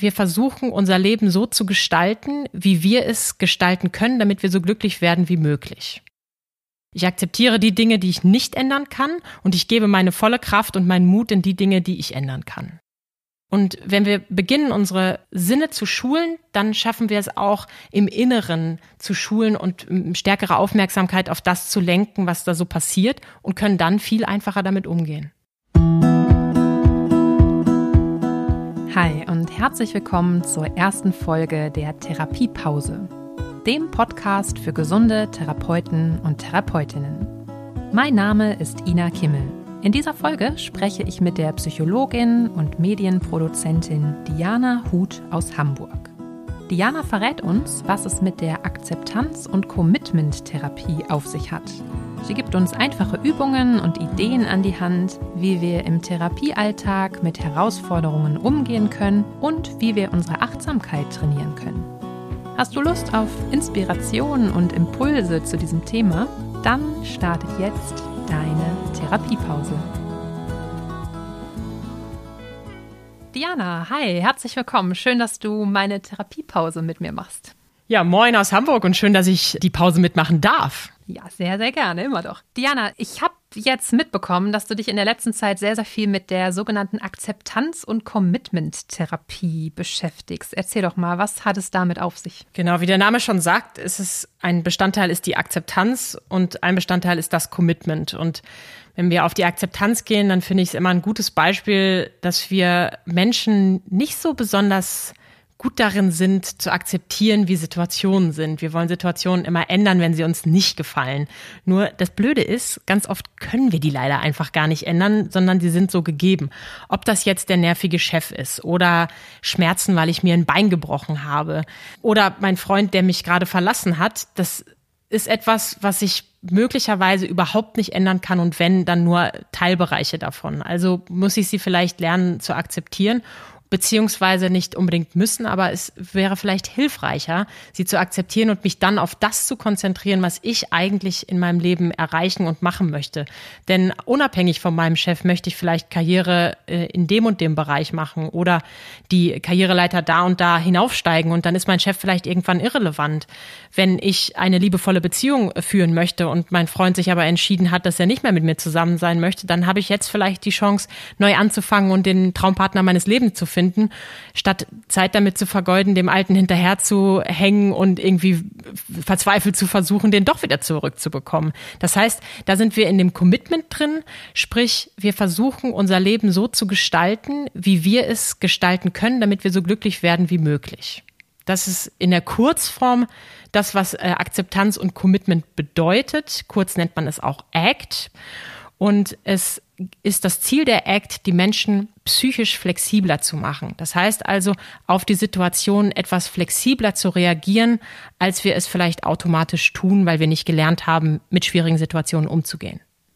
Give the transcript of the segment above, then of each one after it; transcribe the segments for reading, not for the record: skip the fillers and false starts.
wir versuchen, unser Leben so zu gestalten, wie wir es gestalten können, damit wir so glücklich werden wie möglich. Ich akzeptiere die Dinge, die ich nicht ändern kann, und ich gebe meine volle Kraft und meinen Mut in die Dinge, die ich ändern kann. Und wenn wir beginnen, unsere Sinne zu schulen, dann schaffen wir es auch im Inneren zu schulen und stärkere Aufmerksamkeit auf das zu lenken, was da so passiert, und können dann viel einfacher damit umgehen. Hi und herzlich willkommen zur ersten Folge der Therapiepause, dem Podcast für gesunde Therapeuten und Therapeutinnen. Mein Name ist Ina Kimmel. In dieser Folge spreche ich mit der Psychologin und Medienproduzentin Diana Huth aus Hamburg. Diana verrät uns, was es mit der Akzeptanz- und Commitment-Therapie auf sich hat. Sie gibt uns einfache Übungen und Ideen an die Hand, wie wir im Therapiealltag mit Herausforderungen umgehen können und wie wir unsere Achtsamkeit trainieren können. Hast du Lust auf Inspiration und Impulse zu diesem Thema? Dann startet jetzt deine Therapiepause. Diana, hi, herzlich willkommen. Schön, dass du meine Therapiepause mit mir machst. Ja, moin aus Hamburg und schön, dass ich die Pause mitmachen darf. Ja, sehr, sehr gerne, immer doch. Diana, ich habe jetzt mitbekommen, dass du dich in der letzten Zeit sehr, sehr viel mit der sogenannten Akzeptanz- und Commitment-Therapie beschäftigst. Erzähl doch mal, was hat es damit auf sich? Genau, wie der Name schon sagt, ein Bestandteil ist die Akzeptanz und ein Bestandteil ist das Commitment. Und wenn wir auf die Akzeptanz gehen, dann finde ich es immer ein gutes Beispiel, dass wir Menschen nicht so besonders gut darin sind, zu akzeptieren, wie Situationen sind. Wir wollen Situationen immer ändern, wenn sie uns nicht gefallen. Nur das Blöde ist, ganz oft können wir die leider einfach gar nicht ändern, sondern die sind so gegeben. Ob das jetzt der nervige Chef ist oder Schmerzen, weil ich mir ein Bein gebrochen habe oder mein Freund, der mich gerade verlassen hat, das ist etwas, was ich möglicherweise überhaupt nicht ändern kann und wenn, dann nur Teilbereiche davon. Also muss ich sie vielleicht lernen zu akzeptieren, beziehungsweise nicht unbedingt müssen, aber es wäre vielleicht hilfreicher, sie zu akzeptieren und mich dann auf das zu konzentrieren, was ich eigentlich in meinem Leben erreichen und machen möchte. Denn unabhängig von meinem Chef möchte ich vielleicht Karriere in dem und dem Bereich machen oder die Karriereleiter da und da hinaufsteigen und dann ist mein Chef vielleicht irgendwann irrelevant. Wenn ich eine liebevolle Beziehung führen möchte und mein Freund sich aber entschieden hat, dass er nicht mehr mit mir zusammen sein möchte, dann habe ich jetzt vielleicht die Chance, neu anzufangen und den Traumpartner meines Lebens zu finden, statt Zeit damit zu vergeuden, dem Alten hinterher zu hängen und irgendwie verzweifelt zu versuchen, den doch wieder zurückzubekommen. Das heißt, da sind wir in dem Commitment drin, sprich, wir versuchen, unser Leben so zu gestalten, wie wir es gestalten können, damit wir so glücklich werden wie möglich. Das ist in der Kurzform das, was Akzeptanz und Commitment bedeutet. Kurz nennt man es auch ACT. Und es ist das Ziel der ACT, die Menschen psychisch flexibler zu machen. Das heißt also, auf die Situation etwas flexibler zu reagieren, als wir es vielleicht automatisch tun, weil wir nicht gelernt haben, mit schwierigen Situationen umzugehen.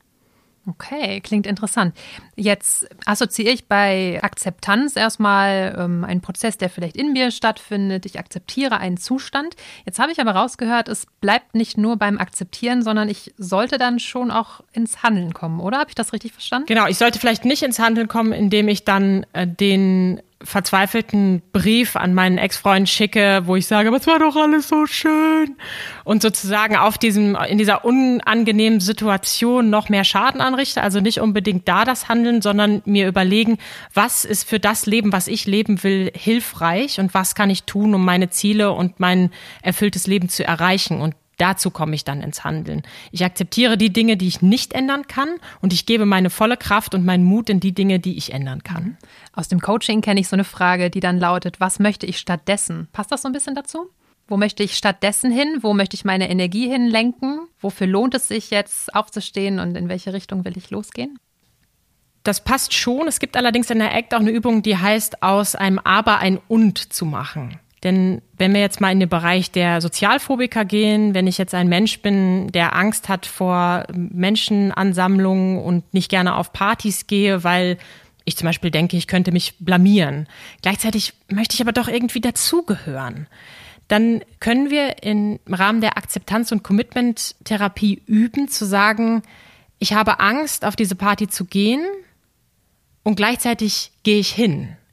Okay, klingt interessant. Jetzt assoziiere ich bei Akzeptanz erstmal einen Prozess, der vielleicht in mir stattfindet. Ich akzeptiere einen Zustand. Jetzt habe ich aber rausgehört, es bleibt nicht nur beim Akzeptieren, sondern ich sollte dann schon auch ins Handeln kommen, oder? Habe ich das richtig verstanden? Genau, ich sollte vielleicht nicht ins Handeln kommen, indem ich dann den verzweifelten Brief an meinen Ex-Freund schicke, wo ich sage, aber es war doch alles so schön und sozusagen in dieser unangenehmen Situation noch mehr Schaden anrichte, also nicht unbedingt da das Handeln, sondern mir überlegen, was ist für das Leben, was ich leben will, hilfreich und was kann ich tun, um meine Ziele und mein erfülltes Leben zu erreichen und dazu komme ich dann ins Handeln. Ich akzeptiere die Dinge, die ich nicht ändern kann und ich gebe meine volle Kraft und meinen Mut in die Dinge, die ich ändern kann. Aus dem Coaching kenne ich so eine Frage, die dann lautet, was möchte ich stattdessen? Passt das so ein bisschen dazu? Wo möchte ich stattdessen hin? Wo möchte ich meine Energie hinlenken? Wofür lohnt es sich jetzt aufzustehen und in welche Richtung will ich losgehen? Das passt schon. Es gibt allerdings in der ACT auch eine Übung, die heißt, aus einem Aber ein Und zu machen. Denn wenn wir jetzt mal in den Bereich der Sozialphobiker gehen, wenn ich jetzt ein Mensch bin, der Angst hat vor Menschenansammlungen und nicht gerne auf Partys gehe, weil ich zum Beispiel denke, ich könnte mich blamieren. Gleichzeitig möchte ich aber doch irgendwie dazugehören. Dann können wir im Rahmen der Akzeptanz- und Commitment-Therapie üben, zu sagen, ich habe Angst, auf diese Party zu gehen und gleichzeitig gehe ich hin.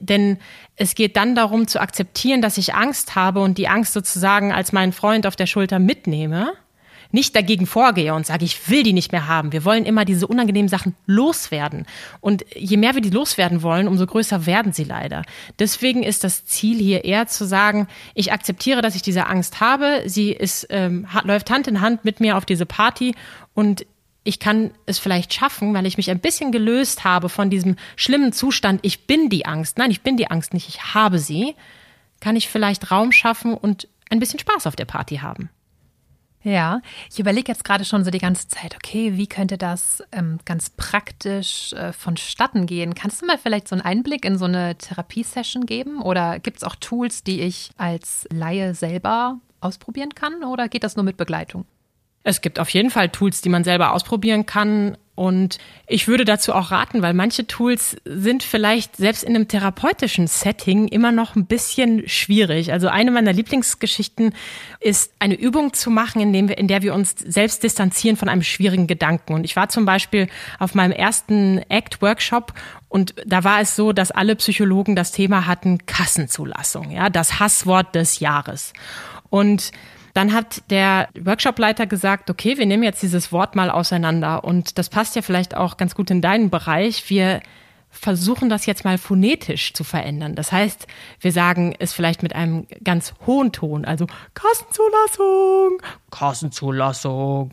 Denn es geht dann darum zu akzeptieren, dass ich Angst habe und die Angst sozusagen als meinen Freund auf der Schulter mitnehme, nicht dagegen vorgehe und sage, ich will die nicht mehr haben. Wir wollen immer diese unangenehmen Sachen loswerden. Und je mehr wir die loswerden wollen, umso größer werden sie leider. Deswegen ist das Ziel hier eher zu sagen, ich akzeptiere, dass ich diese Angst habe. Sie läuft Hand in Hand mit mir auf diese Party und ich kann es vielleicht schaffen, weil ich mich ein bisschen gelöst habe von diesem schlimmen Zustand, ich bin die Angst. Nein, ich bin die Angst nicht, ich habe sie. Kann ich vielleicht Raum schaffen und ein bisschen Spaß auf der Party haben. Ja, ich überlege jetzt gerade schon so die ganze Zeit, okay, wie könnte das ganz praktisch vonstatten gehen? Kannst du mal vielleicht so einen Einblick in so eine Therapiesession geben? Oder gibt es auch Tools, die ich als Laie selber ausprobieren kann? Oder geht das nur mit Begleitung? Es gibt auf jeden Fall Tools, die man selber ausprobieren kann. Und ich würde dazu auch raten, weil manche Tools sind vielleicht selbst in einem therapeutischen Setting immer noch ein bisschen schwierig. Also eine meiner Lieblingsgeschichten ist, eine Übung zu machen, in der wir uns selbst distanzieren von einem schwierigen Gedanken. Und ich war zum Beispiel auf meinem ersten ACT-Workshop und da war es so, dass alle Psychologen das Thema hatten, Kassenzulassung, ja, das Hasswort des Jahres. Und dann hat der Workshopleiter gesagt, okay, wir nehmen jetzt dieses Wort mal auseinander und das passt ja vielleicht auch ganz gut in deinen Bereich. Wir versuchen das jetzt mal phonetisch zu verändern. Das heißt, wir sagen es vielleicht mit einem ganz hohen Ton, also Kassenzulassung, Kassenzulassung,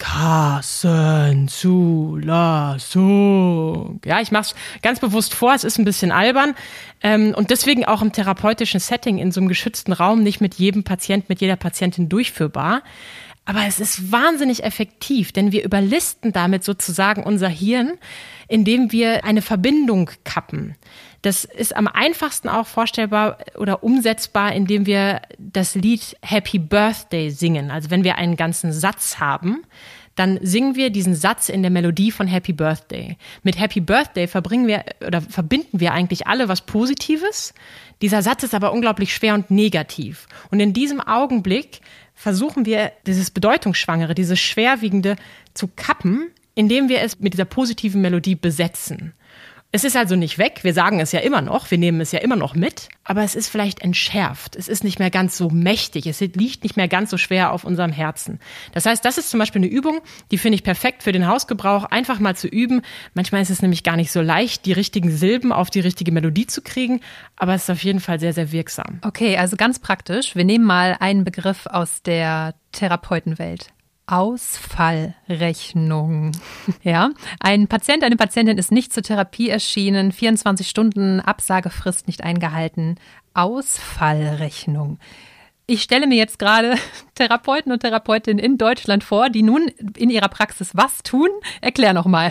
Kassenzulassung. Ja, ich mache es ganz bewusst vor, es ist ein bisschen albern und deswegen auch im therapeutischen Setting in so einem geschützten Raum nicht mit jedem Patient, mit jeder Patientin durchführbar. Aber es ist wahnsinnig effektiv, denn wir überlisten damit sozusagen unser Hirn, indem wir eine Verbindung kappen. Das ist am einfachsten auch vorstellbar oder umsetzbar, indem wir das Lied Happy Birthday singen. Also wenn wir einen ganzen Satz haben, dann singen wir diesen Satz in der Melodie von Happy Birthday. Mit Happy Birthday verbinden wir eigentlich alle was Positives. Dieser Satz ist aber unglaublich schwer und negativ. Und in diesem Augenblick versuchen wir, dieses Bedeutungsschwangere, dieses Schwerwiegende zu kappen, indem wir es mit dieser positiven Melodie besetzen. Es ist also nicht weg, wir sagen es ja immer noch, wir nehmen es ja immer noch mit, aber es ist vielleicht entschärft, es ist nicht mehr ganz so mächtig, es liegt nicht mehr ganz so schwer auf unserem Herzen. Das heißt, das ist zum Beispiel eine Übung, die finde ich perfekt für den Hausgebrauch, einfach mal zu üben. Manchmal ist es nämlich gar nicht so leicht, die richtigen Silben auf die richtige Melodie zu kriegen, aber es ist auf jeden Fall sehr, sehr wirksam. Okay, also ganz praktisch, wir nehmen mal einen Begriff aus der Therapeutenwelt. Ausfallrechnung. Ja, ein Patient, eine Patientin ist nicht zur Therapie erschienen, 24 Stunden Absagefrist nicht eingehalten. Ausfallrechnung. Ich stelle mir jetzt gerade Therapeuten und Therapeutinnen in Deutschland vor, die nun in ihrer Praxis was tun? Erklär noch mal.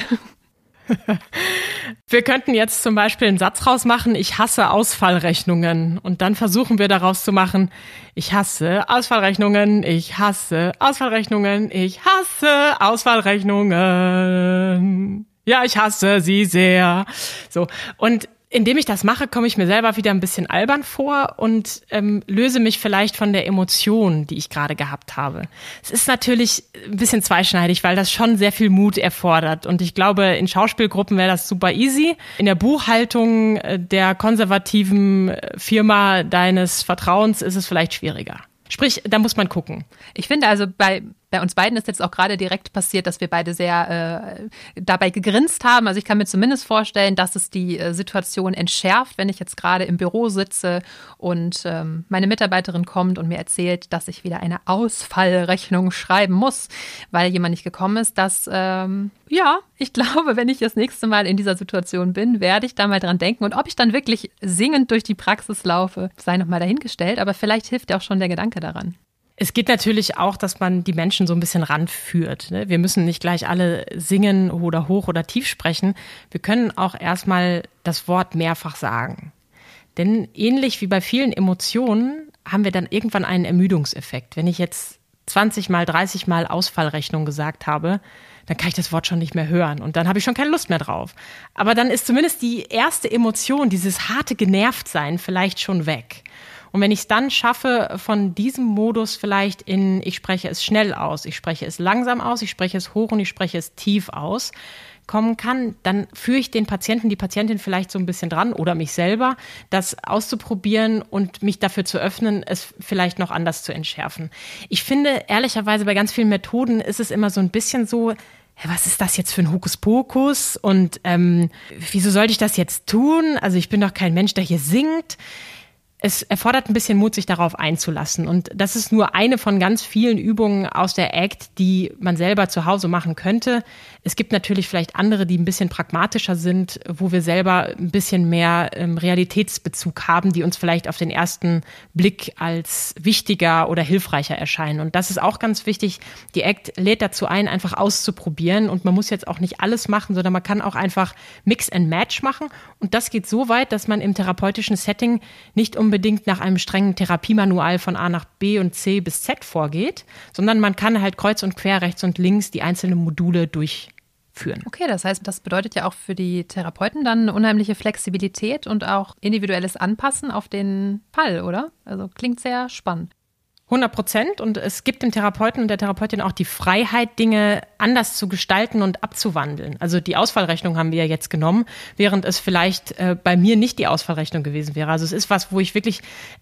Wir könnten jetzt zum Beispiel einen Satz rausmachen, ich hasse Ausfallrechnungen. Und dann versuchen wir daraus zu machen, ich hasse Ausfallrechnungen, ich hasse Ausfallrechnungen, ich hasse Ausfallrechnungen. Ja, ich hasse sie sehr. So. Und indem ich das mache, komme ich mir selber wieder ein bisschen albern vor und löse mich vielleicht von der Emotion, die ich gerade gehabt habe. Es ist natürlich ein bisschen zweischneidig, weil das schon sehr viel Mut erfordert. Und ich glaube, in Schauspielgruppen wäre das super easy. In der Buchhaltung der konservativen Firma deines Vertrauens ist es vielleicht schwieriger. Sprich, da muss man gucken. Ich finde also, bei uns beiden ist jetzt auch gerade direkt passiert, dass wir beide sehr dabei gegrinst haben. Also ich kann mir zumindest vorstellen, dass es die Situation entschärft, wenn ich jetzt gerade im Büro sitze und meine Mitarbeiterin kommt und mir erzählt, dass ich wieder eine Ausfallrechnung schreiben muss, weil jemand nicht gekommen ist. Dass, ich glaube, wenn ich das nächste Mal in dieser Situation bin, werde ich da mal dran denken. Und ob ich dann wirklich singend durch die Praxis laufe, sei noch mal dahingestellt. Aber vielleicht hilft ja auch schon der Gedanke daran. Es geht natürlich auch, dass man die Menschen so ein bisschen ranführt. Wir müssen nicht gleich alle singen oder hoch oder tief sprechen. Wir können auch erstmal das Wort mehrfach sagen. Denn ähnlich wie bei vielen Emotionen haben wir dann irgendwann einen Ermüdungseffekt. Wenn ich jetzt 20 Mal, 30 Mal Ausfallrechnung gesagt habe, dann kann ich das Wort schon nicht mehr hören und dann habe ich schon keine Lust mehr drauf. Aber dann ist zumindest die erste Emotion, dieses harte Genervtsein vielleicht schon weg. Und wenn ich es dann schaffe, von diesem Modus vielleicht ich spreche es schnell aus, ich spreche es langsam aus, ich spreche es hoch und ich spreche es tief aus, kommen kann, dann führe ich den Patienten, die Patientin vielleicht so ein bisschen dran oder mich selber, das auszuprobieren und mich dafür zu öffnen, es vielleicht noch anders zu entschärfen. Ich finde, ehrlicherweise, bei ganz vielen Methoden ist es immer so ein bisschen so, was ist das jetzt für ein Hokuspokus und wieso sollte ich das jetzt tun? Also ich bin doch kein Mensch, der hier singt. Es erfordert ein bisschen Mut, sich darauf einzulassen. Und das ist nur eine von ganz vielen Übungen aus der ACT, die man selber zu Hause machen könnte. Es gibt natürlich vielleicht andere, die ein bisschen pragmatischer sind, wo wir selber ein bisschen mehr Realitätsbezug haben, die uns vielleicht auf den ersten Blick als wichtiger oder hilfreicher erscheinen. Und das ist auch ganz wichtig. Die ACT lädt dazu ein, einfach auszuprobieren. Und man muss jetzt auch nicht alles machen, sondern man kann auch einfach Mix and Match machen. Und das geht so weit, dass man im therapeutischen Setting nicht unbedingt nach einem strengen Therapiemanual von A nach B und C bis Z vorgeht, sondern man kann halt kreuz und quer, rechts und links die einzelnen Module durchführen. Okay, das heißt, das bedeutet ja auch für die Therapeuten dann eine unheimliche Flexibilität und auch individuelles Anpassen auf den Fall, oder? Also klingt sehr spannend. 100%. Und es gibt dem Therapeuten und der Therapeutin auch die Freiheit, Dinge anders zu gestalten und abzuwandeln. Also die Ausfallrechnung haben wir ja jetzt genommen, während es vielleicht bei mir nicht die Ausfallrechnung gewesen wäre. Also es ist was, wo ich wirklich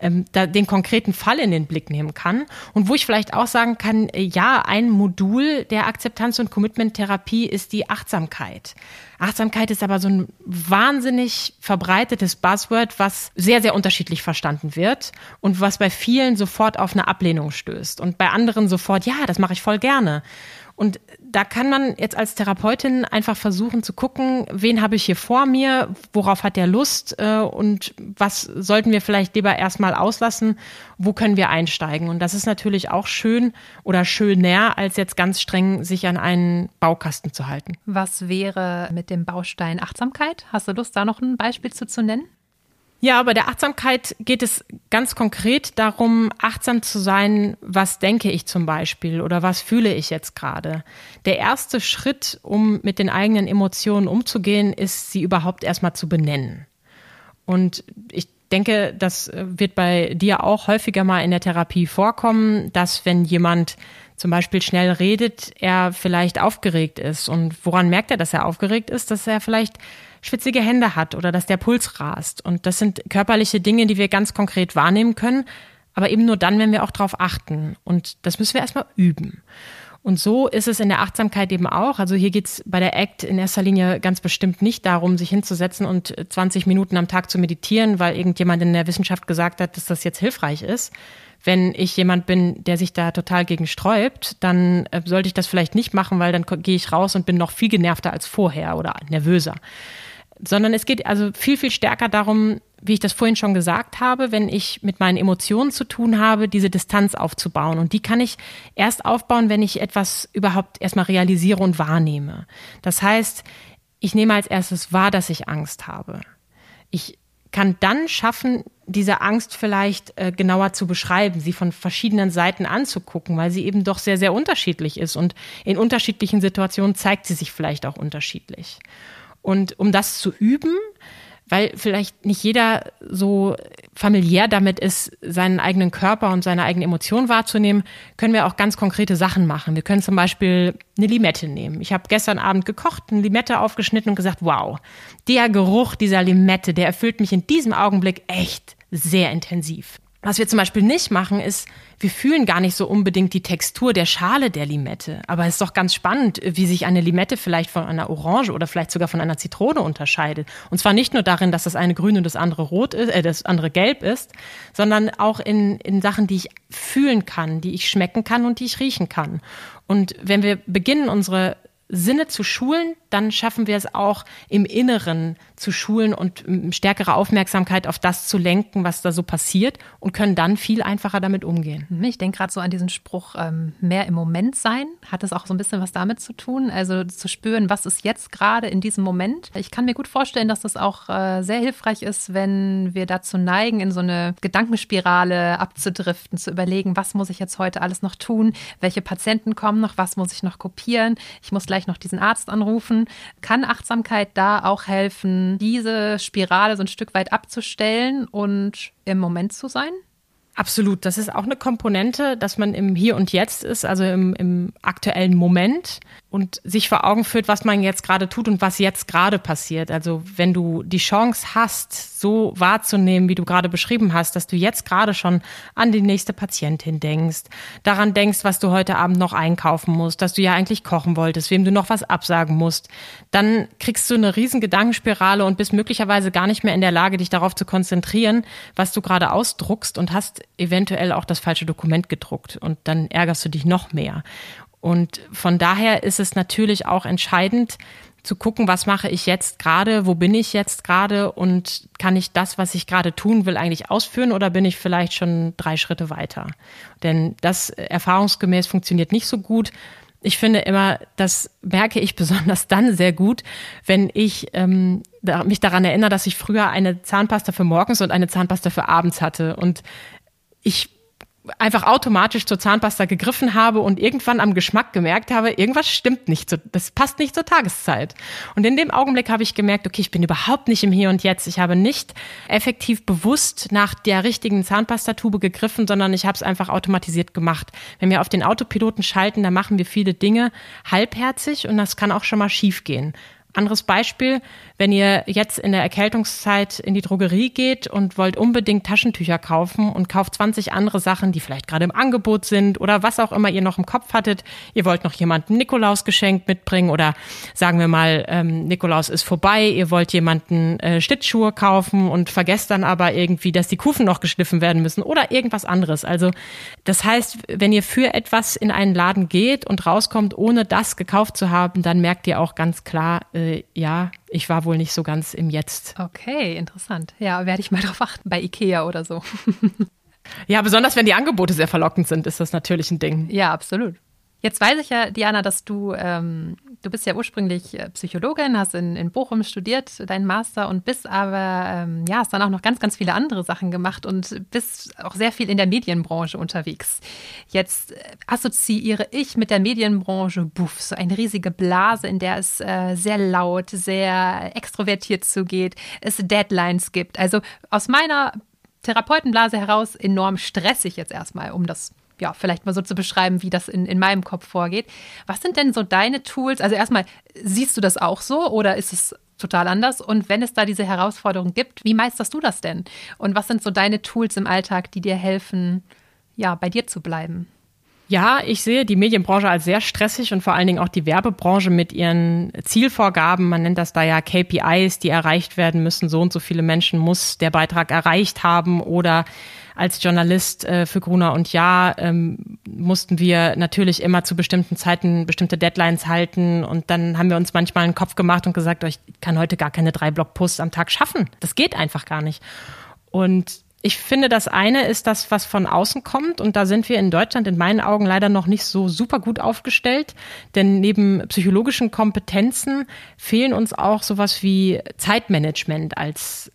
den konkreten Fall in den Blick nehmen kann und wo ich vielleicht auch sagen kann, ja, ein Modul der Akzeptanz- und Commitment-Therapie ist die Achtsamkeit. Achtsamkeit ist aber so ein wahnsinnig verbreitetes Buzzword, was sehr, sehr unterschiedlich verstanden wird und was bei vielen sofort auf eine Ablehnung stößt und bei anderen sofort, ja, das mache ich voll gerne. Und da kann man jetzt als Therapeutin einfach versuchen zu gucken, wen habe ich hier vor mir, worauf hat der Lust und was sollten wir vielleicht lieber erstmal auslassen, wo können wir einsteigen. Und das ist natürlich auch schön oder schöner, als jetzt ganz streng sich an einen Baukasten zu halten. Was wäre mit dem Baustein Achtsamkeit? Hast du Lust, da noch ein Beispiel zu nennen? Ja, bei der Achtsamkeit geht es ganz konkret darum, achtsam zu sein, was denke ich zum Beispiel oder was fühle ich jetzt gerade. Der erste Schritt, um mit den eigenen Emotionen umzugehen, ist, sie überhaupt erstmal zu benennen. Und ich denke, das wird bei dir auch häufiger mal in der Therapie vorkommen, dass wenn jemand zum Beispiel schnell redet, er vielleicht aufgeregt ist. Und woran merkt er, dass er aufgeregt ist? Dass er vielleicht schwitzige Hände hat oder dass der Puls rast. Und das sind körperliche Dinge, die wir ganz konkret wahrnehmen können, aber eben nur dann, wenn wir auch drauf achten. Und das müssen wir erstmal üben. Und so ist es in der Achtsamkeit eben auch. Also hier geht's bei der ACT in erster Linie ganz bestimmt nicht darum, sich hinzusetzen und 20 Minuten am Tag zu meditieren, weil irgendjemand in der Wissenschaft gesagt hat, dass das jetzt hilfreich ist. Wenn ich jemand bin, der sich da total gegen sträubt, dann sollte ich das vielleicht nicht machen, weil dann gehe ich raus und bin noch viel genervter als vorher oder nervöser. Sondern es geht also viel, viel stärker darum, wie ich das vorhin schon gesagt habe, wenn ich mit meinen Emotionen zu tun habe, diese Distanz aufzubauen. Und die kann ich erst aufbauen, wenn ich etwas überhaupt erstmal realisiere und wahrnehme. Das heißt, ich nehme als erstes wahr, dass ich Angst habe. Ich kann dann schaffen, diese Angst vielleicht genauer zu beschreiben, sie von verschiedenen Seiten anzugucken, weil sie eben doch sehr, sehr unterschiedlich ist. Und in unterschiedlichen Situationen zeigt sie sich vielleicht auch unterschiedlich. Und um das zu üben, weil vielleicht nicht jeder so familiär damit ist, seinen eigenen Körper und seine eigenen Emotionen wahrzunehmen, können wir auch ganz konkrete Sachen machen. Wir können zum Beispiel eine Limette nehmen. Ich habe gestern Abend gekocht, eine Limette aufgeschnitten und gesagt, wow, der Geruch dieser Limette, der erfüllt mich in diesem Augenblick echt sehr intensiv. Was wir zum Beispiel nicht machen, ist, wir fühlen gar nicht so unbedingt die Textur der Schale der Limette. Aber es ist doch ganz spannend, wie sich eine Limette vielleicht von einer Orange oder vielleicht sogar von einer Zitrone unterscheidet. Und zwar nicht nur darin, dass das eine grün und das andere rot ist, das andere gelb ist, sondern auch in Sachen, die ich fühlen kann, die ich schmecken kann und die ich riechen kann. Und wenn wir beginnen, unsere Sinne zu schulen, dann schaffen wir es auch im Inneren zu schulen und stärkere Aufmerksamkeit auf das zu lenken, was da so passiert und können dann viel einfacher damit umgehen. Ich denke gerade so an diesen Spruch, mehr im Moment sein. Hat das auch so ein bisschen was damit zu tun? Also zu spüren, was ist jetzt gerade in diesem Moment? Ich kann mir gut vorstellen, dass das auch sehr hilfreich ist, wenn wir dazu neigen, in so eine Gedankenspirale abzudriften, zu überlegen, was muss ich jetzt heute alles noch tun? Welche Patienten kommen noch? Was muss ich noch kopieren? Ich muss gleich noch diesen Arzt anrufen. Kann Achtsamkeit da auch helfen, diese Spirale so ein Stück weit abzustellen und im Moment zu sein? Absolut. Das ist auch eine Komponente, dass man im Hier und Jetzt ist, also im aktuellen Moment. und sich vor Augen führt, was man jetzt gerade tut und was jetzt gerade passiert. Also wenn du die Chance hast, so wahrzunehmen, wie du gerade beschrieben hast, dass du jetzt gerade schon an die nächste Patientin denkst, daran denkst, was du heute Abend noch einkaufen musst, dass du ja eigentlich kochen wolltest, wem du noch was absagen musst, dann kriegst du eine riesen Gedankenspirale und bist möglicherweise gar nicht mehr in der Lage, dich darauf zu konzentrieren, was du gerade ausdruckst und hast eventuell auch das falsche Dokument gedruckt und dann ärgerst du dich noch mehr. Und von daher ist es natürlich auch entscheidend zu gucken, was mache ich jetzt gerade, wo bin ich jetzt gerade und kann ich das, was ich gerade tun will, eigentlich ausführen oder bin ich vielleicht schon 3 Schritte weiter? Denn das erfahrungsgemäß funktioniert nicht so gut. Ich finde immer, das merke ich besonders dann sehr gut, wenn ich mich daran erinnere, dass ich früher eine Zahnpasta für morgens und eine Zahnpasta für abends hatte und ich einfach automatisch zur Zahnpasta gegriffen habe und irgendwann am Geschmack gemerkt habe, irgendwas stimmt nicht, das passt nicht zur Tageszeit. Und in dem Augenblick habe ich gemerkt, okay, ich bin überhaupt nicht im Hier und Jetzt. Ich habe nicht effektiv bewusst nach der richtigen Zahnpastatube gegriffen, sondern ich habe es einfach automatisiert gemacht. Wenn wir auf den Autopiloten schalten, dann machen wir viele Dinge halbherzig und das kann auch schon mal schief gehen. Anderes Beispiel, wenn ihr jetzt in der Erkältungszeit in die Drogerie geht und wollt unbedingt Taschentücher kaufen und kauft 20 andere Sachen, die vielleicht gerade im Angebot sind oder was auch immer ihr noch im Kopf hattet. Ihr wollt noch jemandem Nikolausgeschenk mitbringen oder sagen wir mal, Nikolaus ist vorbei, ihr wollt jemanden Schlittschuhe kaufen und vergesst dann aber irgendwie, dass die Kufen noch geschliffen werden müssen oder irgendwas anderes. Also das heißt, wenn ihr für etwas in einen Laden geht und rauskommt, ohne das gekauft zu haben, dann merkt ihr auch ganz klar, ja, ich war wohl nicht so ganz im Jetzt. Okay, interessant. Ja, werde ich mal drauf achten, bei Ikea oder so. Ja, besonders wenn die Angebote sehr verlockend sind, ist das natürlich ein Ding. Ja, absolut. Jetzt weiß ich ja, Diana, dass du bist ja ursprünglich Psychologin, hast in Bochum studiert, deinen Master und bist aber, hast dann auch noch ganz, ganz viele andere Sachen gemacht und bist auch sehr viel in der Medienbranche unterwegs. Jetzt assoziiere ich mit der Medienbranche so eine riesige Blase, in der es sehr laut, sehr extrovertiert zugeht, es Deadlines gibt. Also aus meiner Therapeutenblase heraus enorm stressig jetzt erstmal, um das vielleicht mal so zu beschreiben, wie das in meinem Kopf vorgeht. Was sind denn so deine Tools? Also erstmal, siehst du das auch so oder ist es total anders? Und wenn es da diese Herausforderung gibt, wie meisterst du das denn? Und was sind so deine Tools im Alltag, die dir helfen, bei dir zu bleiben? Ja, ich sehe die Medienbranche als sehr stressig und vor allen Dingen auch die Werbebranche mit ihren Zielvorgaben. Man nennt das da ja KPIs, die erreicht werden müssen. So und so viele Menschen muss der Beitrag erreicht haben oder als Journalist für Gruner und Jahr mussten wir natürlich immer zu bestimmten Zeiten bestimmte Deadlines halten und dann haben wir uns manchmal einen Kopf gemacht und gesagt, ich kann heute gar keine 3 Blogposts am Tag schaffen. Das geht einfach gar nicht. Und ich finde, das eine ist das, was von außen kommt und da sind wir in Deutschland in meinen Augen leider noch nicht so super gut aufgestellt, denn neben psychologischen Kompetenzen fehlen uns auch sowas wie Zeitmanagement als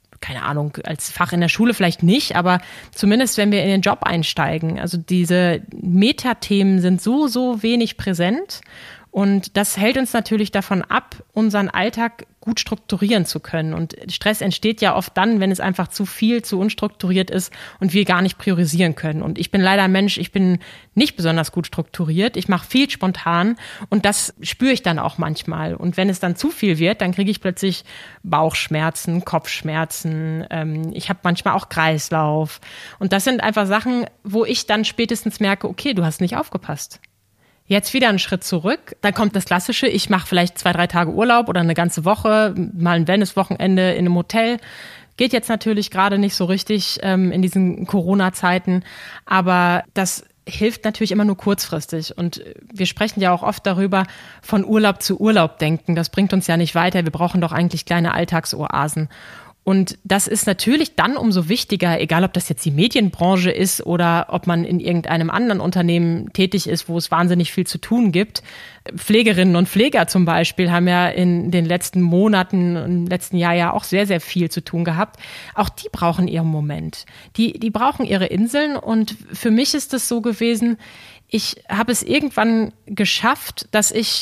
Fach in der Schule vielleicht nicht, aber zumindest, wenn wir in den Job einsteigen. Also diese Metathemen sind so wenig präsent und das hält uns natürlich davon ab, unseren Alltag gut strukturieren zu können. Und Stress entsteht ja oft dann, wenn es einfach zu viel, zu unstrukturiert ist und wir gar nicht priorisieren können. Und ich bin leider ein Mensch, ich bin nicht besonders gut strukturiert. Ich mache viel spontan und das spüre ich dann auch manchmal. Und wenn es dann zu viel wird, dann kriege ich plötzlich Bauchschmerzen, Kopfschmerzen. Ich habe manchmal auch Kreislauf. Und das sind einfach Sachen, wo ich dann spätestens merke, okay, du hast nicht aufgepasst. Jetzt wieder einen Schritt zurück, dann kommt das Klassische, ich mache vielleicht 2-3 Tage Urlaub oder eine ganze Woche, mal ein Wellness-Wochenende in einem Hotel. Geht jetzt natürlich gerade nicht so richtig in diesen Corona-Zeiten, aber das hilft natürlich immer nur kurzfristig. Und wir sprechen ja auch oft darüber, von Urlaub zu Urlaub denken. Das bringt uns ja nicht weiter, wir brauchen doch eigentlich kleine Alltagsoasen. Und das ist natürlich dann umso wichtiger, egal ob das jetzt die Medienbranche ist oder ob man in irgendeinem anderen Unternehmen tätig ist, wo es wahnsinnig viel zu tun gibt. Pflegerinnen und Pfleger zum Beispiel haben ja in den letzten Monaten, im letzten Jahr ja auch sehr, sehr viel zu tun gehabt. Auch die brauchen ihren Moment. Die brauchen ihre Inseln und für mich ist es so gewesen, ich habe es irgendwann geschafft, dass ich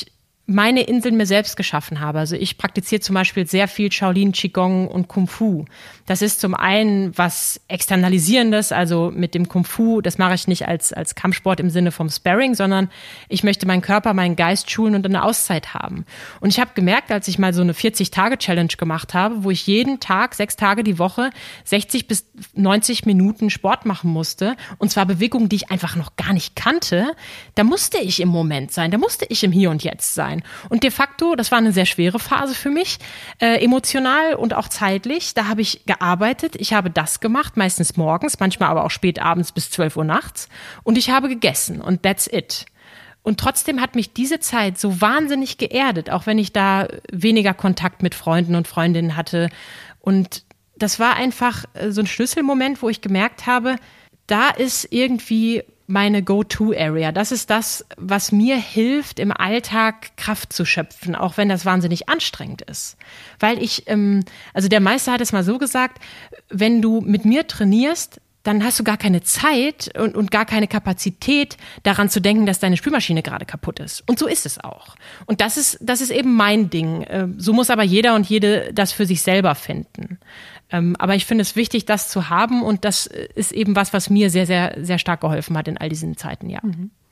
meine Insel mir selbst geschaffen habe. Also ich praktiziere zum Beispiel sehr viel Shaolin, Qigong und Kung Fu. Das ist zum einen was Externalisierendes, also mit dem Kung Fu, das mache ich nicht als Kampfsport im Sinne vom Sparring, sondern ich möchte meinen Körper, meinen Geist schulen und eine Auszeit haben. Und ich habe gemerkt, als ich mal so eine 40-Tage-Challenge gemacht habe, wo ich jeden Tag, 6 Tage die Woche 60 bis 90 Minuten Sport machen musste, und zwar Bewegungen, die ich einfach noch gar nicht kannte, da musste ich im Moment sein, da musste ich im Hier und Jetzt sein. Und de facto, das war eine sehr schwere Phase für mich, emotional und auch zeitlich. Da habe ich gearbeitet, ich habe das gemacht, meistens morgens, manchmal aber auch spät abends bis 12 Uhr nachts. Und ich habe gegessen und that's it. Und trotzdem hat mich diese Zeit so wahnsinnig geerdet, auch wenn ich da weniger Kontakt mit Freunden und Freundinnen hatte. Und das war einfach so ein Schlüsselmoment, wo ich gemerkt habe, da ist irgendwie meine Go-To-Area. Das ist das, was mir hilft, im Alltag Kraft zu schöpfen, auch wenn das wahnsinnig anstrengend ist. Weil also der Meister hat es mal so gesagt, wenn du mit mir trainierst, dann hast du gar keine Zeit und gar keine Kapazität, daran zu denken, dass deine Spülmaschine gerade kaputt ist. Und so ist es auch. Und das ist eben mein Ding. So muss aber jeder und jede das für sich selber finden. Aber ich finde es wichtig, das zu haben, und das ist eben was mir sehr, sehr, sehr stark geholfen hat in all diesen Zeiten, ja.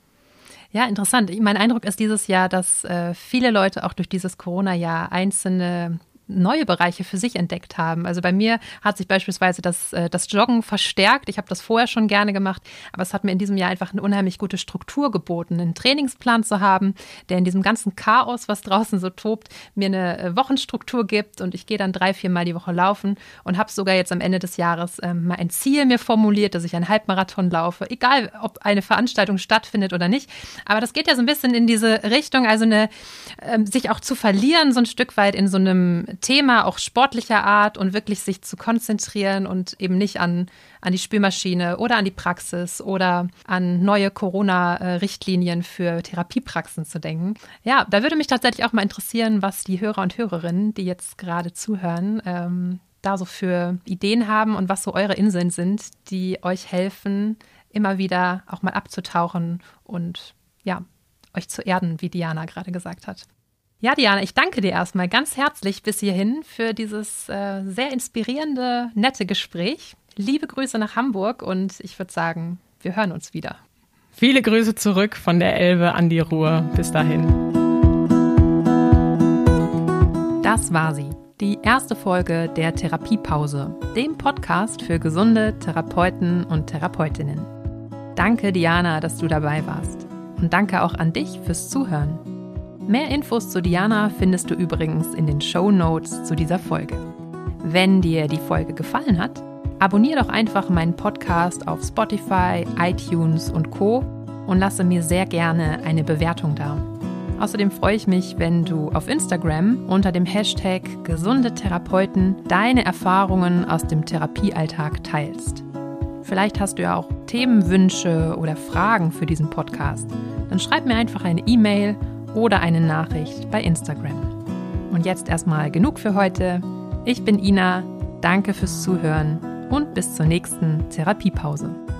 Ja, interessant. Mein Eindruck ist dieses Jahr, dass viele Leute auch durch dieses Corona-Jahr einzelne neue Bereiche für sich entdeckt haben. Also bei mir hat sich beispielsweise das Joggen verstärkt. Ich habe das vorher schon gerne gemacht, aber es hat mir in diesem Jahr einfach eine unheimlich gute Struktur geboten, einen Trainingsplan zu haben, der in diesem ganzen Chaos, was draußen so tobt, mir eine Wochenstruktur gibt, und ich gehe dann 3-4 Mal die Woche laufen und habe sogar jetzt am Ende des Jahres mal ein Ziel mir formuliert, dass ich einen Halbmarathon laufe, egal ob eine Veranstaltung stattfindet oder nicht. Aber das geht ja so ein bisschen in diese Richtung, also sich auch zu verlieren, so ein Stück weit in so einem Thema, auch sportlicher Art, und wirklich sich zu konzentrieren und eben nicht an die Spülmaschine oder an die Praxis oder an neue Corona-Richtlinien für Therapiepraxen zu denken. Ja, da würde mich tatsächlich auch mal interessieren, was die Hörer und Hörerinnen, die jetzt gerade zuhören, da so für Ideen haben und was so eure Inseln sind, die euch helfen, immer wieder auch mal abzutauchen und ja, euch zu erden, wie Diana gerade gesagt hat. Ja, Diana, ich danke dir erstmal ganz herzlich bis hierhin für dieses sehr inspirierende, nette Gespräch. Liebe Grüße nach Hamburg, und ich würde sagen, wir hören uns wieder. Viele Grüße zurück von der Elbe an die Ruhr. Bis dahin. Das war sie, die erste Folge der Therapiepause, dem Podcast für gesunde Therapeuten und Therapeutinnen. Danke, Diana, dass du dabei warst. Und danke auch an dich fürs Zuhören. Mehr Infos zu Diana findest du übrigens in den Shownotes zu dieser Folge. Wenn dir die Folge gefallen hat, abonniere doch einfach meinen Podcast auf Spotify, iTunes und Co. und lasse mir sehr gerne eine Bewertung da. Außerdem freue ich mich, wenn du auf Instagram unter dem Hashtag gesunde Therapeuten deine Erfahrungen aus dem Therapiealltag teilst. Vielleicht hast du ja auch Themenwünsche oder Fragen für diesen Podcast. Dann schreib mir einfach eine E-Mail oder eine Nachricht bei Instagram. Und jetzt erstmal genug für heute. Ich bin Ina, danke fürs Zuhören und bis zur nächsten Therapiepause.